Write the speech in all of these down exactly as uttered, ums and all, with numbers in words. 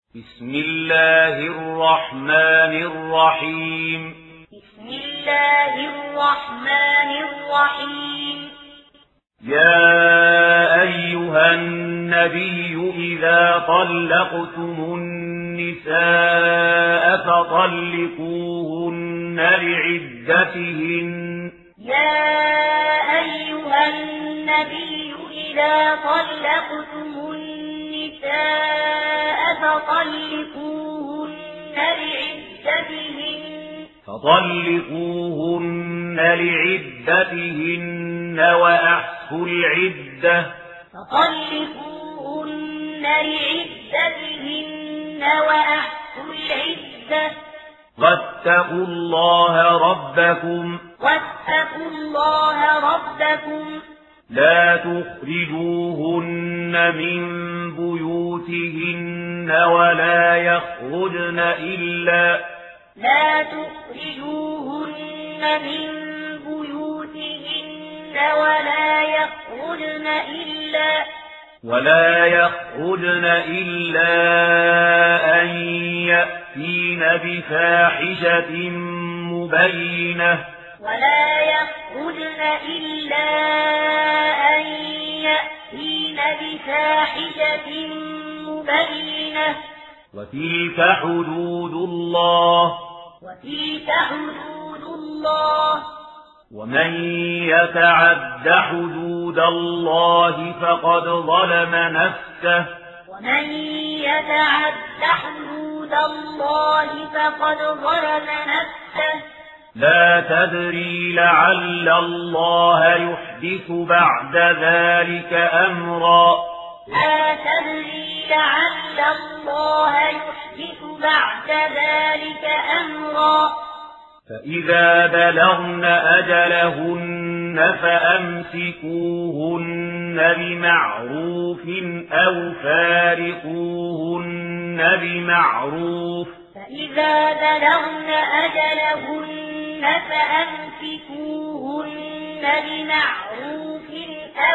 بسم الله الرحمن الرحيم بسم الله الرحمن الرحيم يا أيها النبي إذا طلقتم النساء فطلقوهن لعدتهن يا أيها النبي إذا طلقتم النساء فطلقوهن لعدتهن فطلقوهن لعدتهن وأحصوا العدة فطلقوهن لعدتهن وأحصوا العدة واتقوا الله ربكم واتقوا الله ربكم لا تخرجوهن من بيوتهن ولا يخرجن إلا لا تخرجوهن من بيوتهن ولا يخرجن إلا ولا يخرجن إلا أن يأتين بفاحشة مبينة ولا يخرجن إلا أن يأتين بفاحشة مبينة وتلك حدود الله وتلك حدود الله ومن يتعد حدود الله فقد ظلم نفسه ومن يتعد حدود الله فقد ظلم نفسه لا تدري لعل الله يحدث بعد ذلك أمرا لا تدري لعل الله يحدث بعد ذلك أمرا فإذا بلغن أجلهن فأمسكوهن بمعروف أو فارقوهن بمعروف فإذا بلغن أجلهن فأمسكوهن بمعروف أو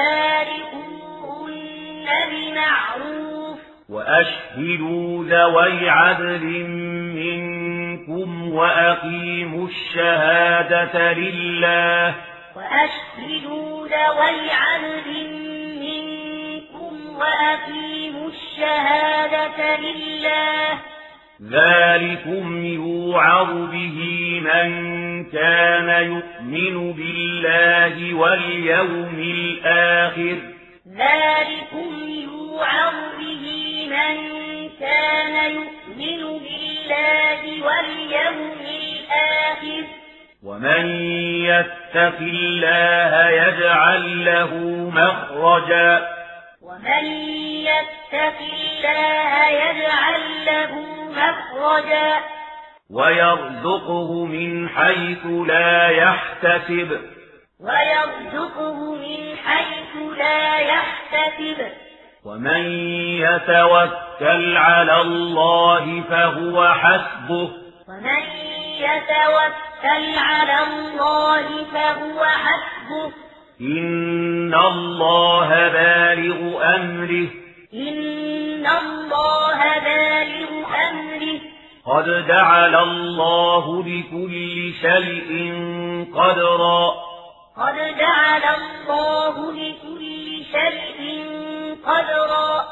فارقوهن بمعروف وأشهدوا ذوي عدل منكم وأقيموا الشهادة لله وأشهدوا ذوي عدل منكم وأقيموا الشهادة لله ذلكم يوعظ به من كان يؤمن بالله واليوم الآخر ذلكم يوعظ به من كان يؤمن بالله واليوم الآخر ومن يتق الله يجعل له مخرجا ومن يتق الله يجعل له مخرجا ويرزقه من حيث لا يحتسب ويرزقه من حيث لا يحتسب ومن يتوكل على الله فهو حسبه ومن يتوكل على الله فهو حسبه إن الله بالغ أمره إن الله بالغ أمره قد جعل الله لكل شيء قدرا قد جعل الله لكل شيء قدرا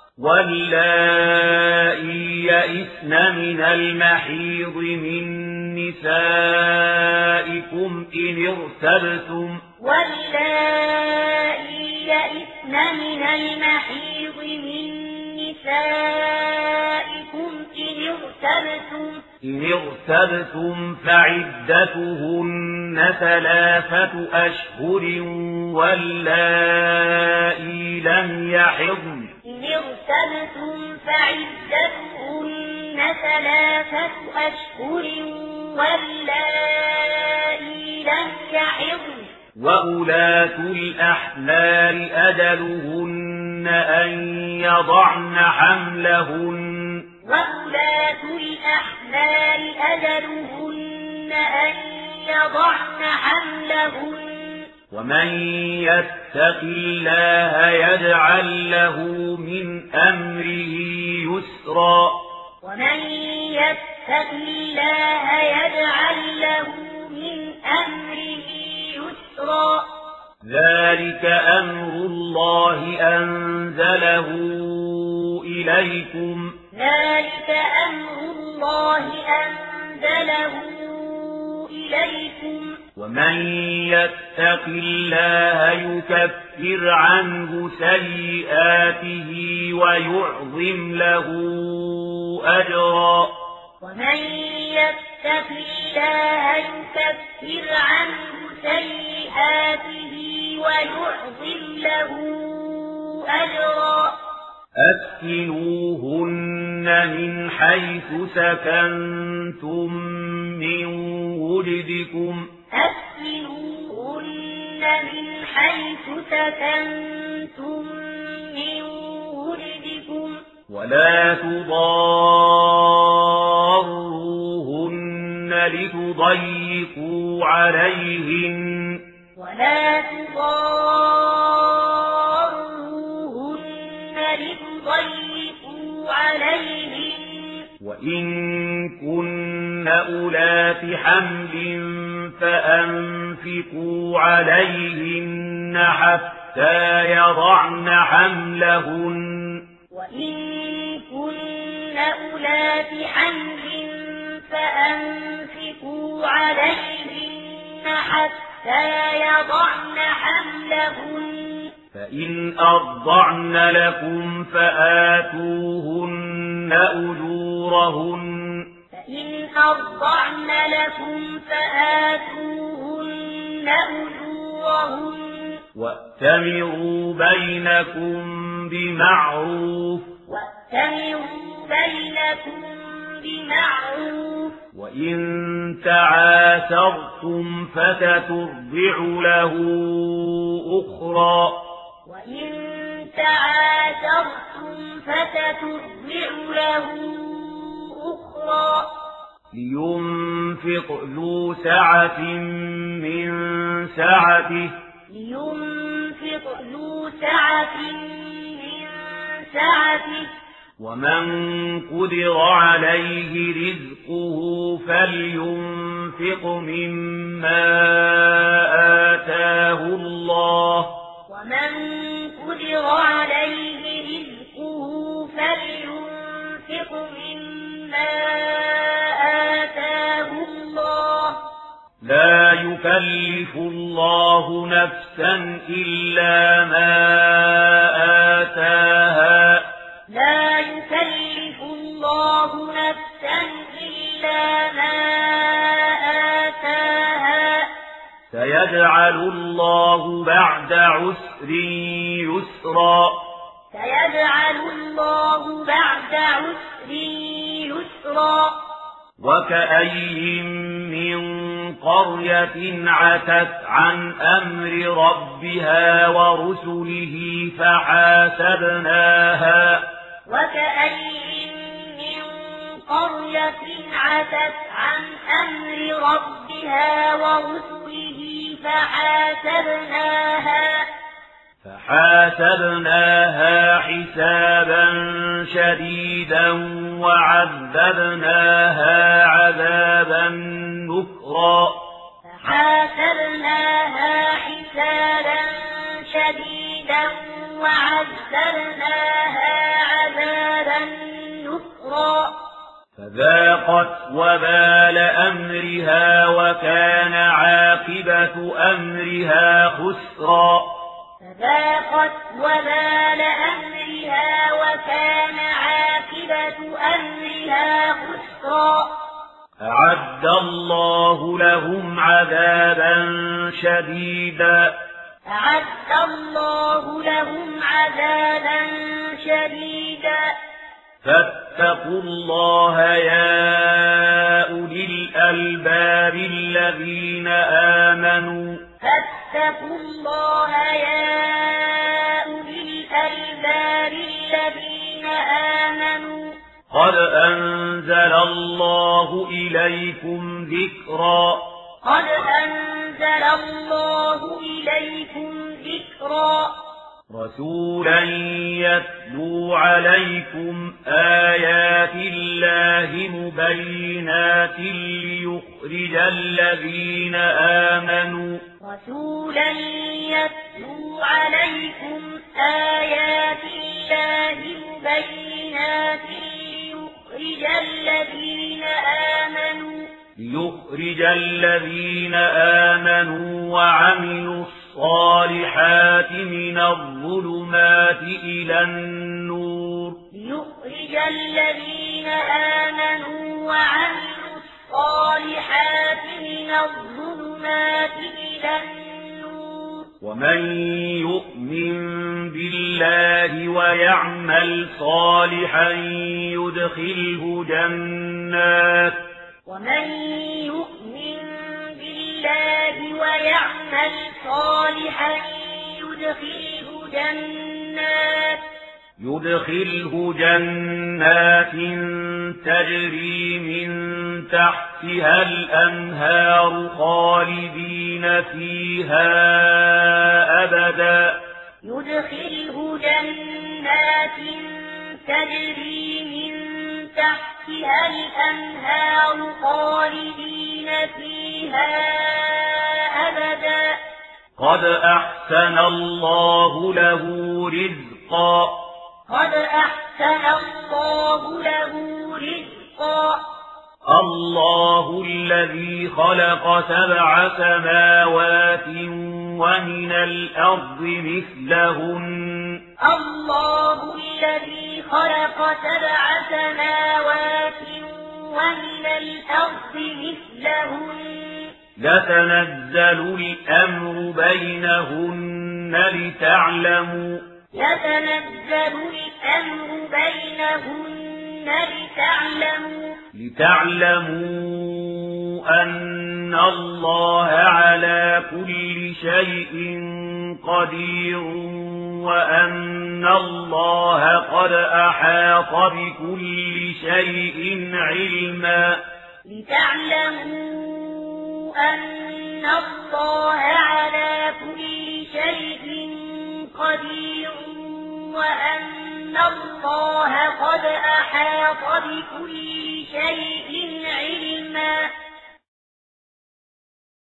واللائي يئسن من المحيض من نسائكم إن ارتبتم واللائي يئسن من المحيض من نسائكم إن ارتبتم إن ارتبتم فعدتهن ثلاثة أشهر واللائي لم يحضن إن ارتبتم فعدتهن ثلاثة أشهر واللائي لم يحضن وأولاة الأحمال أجلهن أن يضعن حملهن وأولاة الأحمال أجلهن أن يضعن حملهن ومن يتق الله يجعل له من أمره يسرا ومن يتق الله يجعل له من أمره يسرا ذلك أمر الله أنزله إليكم ذلك أمر الله أنزله إليكم ومن يتق الله يكفر عنه سيئاته ويعظم له أجرا ومن يتق الله يكفر عنه سيئاته ويعظم له أجرا أسكنوهن من حيث سكنتم من وجدكم أسكنوهن من حيث سكنتم من وجدكم ولا تضاروهن لتضيقوا عليهن ولا تضاروهن لتضيقوا عليهن وإن كن أولات حمل فأنفقوا عليهن حتى يضعن حملهن وإن كن أولات حمل فأنفقوا عليهن حتى يضعن حملهن فإن أرضعن لكم فآتوهن أجورهن فإن أرضعن لكم فآتوهن أجورهن وأتمروا بينكم بمعروف وأتمروا بينكم بمعروف وإن تعاثرتم فتترضع له أخرى وإن تعاثرتم فتترضع له أخرى لينفق ذو سعة من سعته لينفق ذو سعة من سعته ومن قدر عليه رزقه فلينفق مما آتاه الله ومن قدر عليه رزقه فلينفق مما آتاه الله لا يكلف الله نفسا إلا ما آتاها لا يكلف الله نفسا إلا ما آتاها سيجعل الله بعد عسر يسرا سيجعل الله بعد عسر يسرا وكأي من قرية عتت عن أمر ربها ورسله فحاسبناها وكأي من قرية عتت عن أمر ربها ورسله فحاسبناها فحاسبناها حسابا شديدا وعذبناها عذابا نكرا فحاسبناها حسابا شديدا وعذبناها عذابا نكرا فذاقت وبال أمرها وكان عاقبة أمرها خسرا فذاقت وبال أمرها وكان عاقبة أمرها خسرا أعد الله لهم عذابا شديدا أعد الله لهم عذابا شديدا فاتقوا الله يا أولي الألباب الذين آمنوا فاتقوا الله يا أولي الألباب الذين آمنوا قد أنزل الله إليكم ذكرا قد أنزل نزل الله إليكم ذكرا رسولا يتلو عليكم آيات الله مبينات ليخرج الذين آمنوا رسولا يتلو عليكم آيات الله مبينات ليخرج الذين آمنوا ليخرج الذين آمنوا وعملوا الصالحات من الظلمات إلى النور ليخرج الذين آمنوا وعملوا الصالحات من الظلمات إلى النور ومن يؤمن بالله ويعمل صالحا يدخله جنات ومن يؤمن بالله ويعمل صالحا يدخله جنات يدخله جنات تجري من تحتها الأنهار خالدين فيها أبدا يدخله جنات تجري من تحتها الأنهار خالدين فيها أبدا قد أحسن الله له رزقا قد أحسن الله له رزقا الله الذي خلق سبع سماوات ومن الأرض مثلهن الله الذي خلق سبع سماوات ومن الأرض مثلهن يتنزل الأمر بينهن لتعلموا يتنزل الأمر بينهن لتعلموا لتعلموا أن الله على كل شيء قدير وأن الله قد أحاط بكل شيء علما لتعلموا أن الله على كل شيء قدير وأن الله قد أحاط بكل شيء علما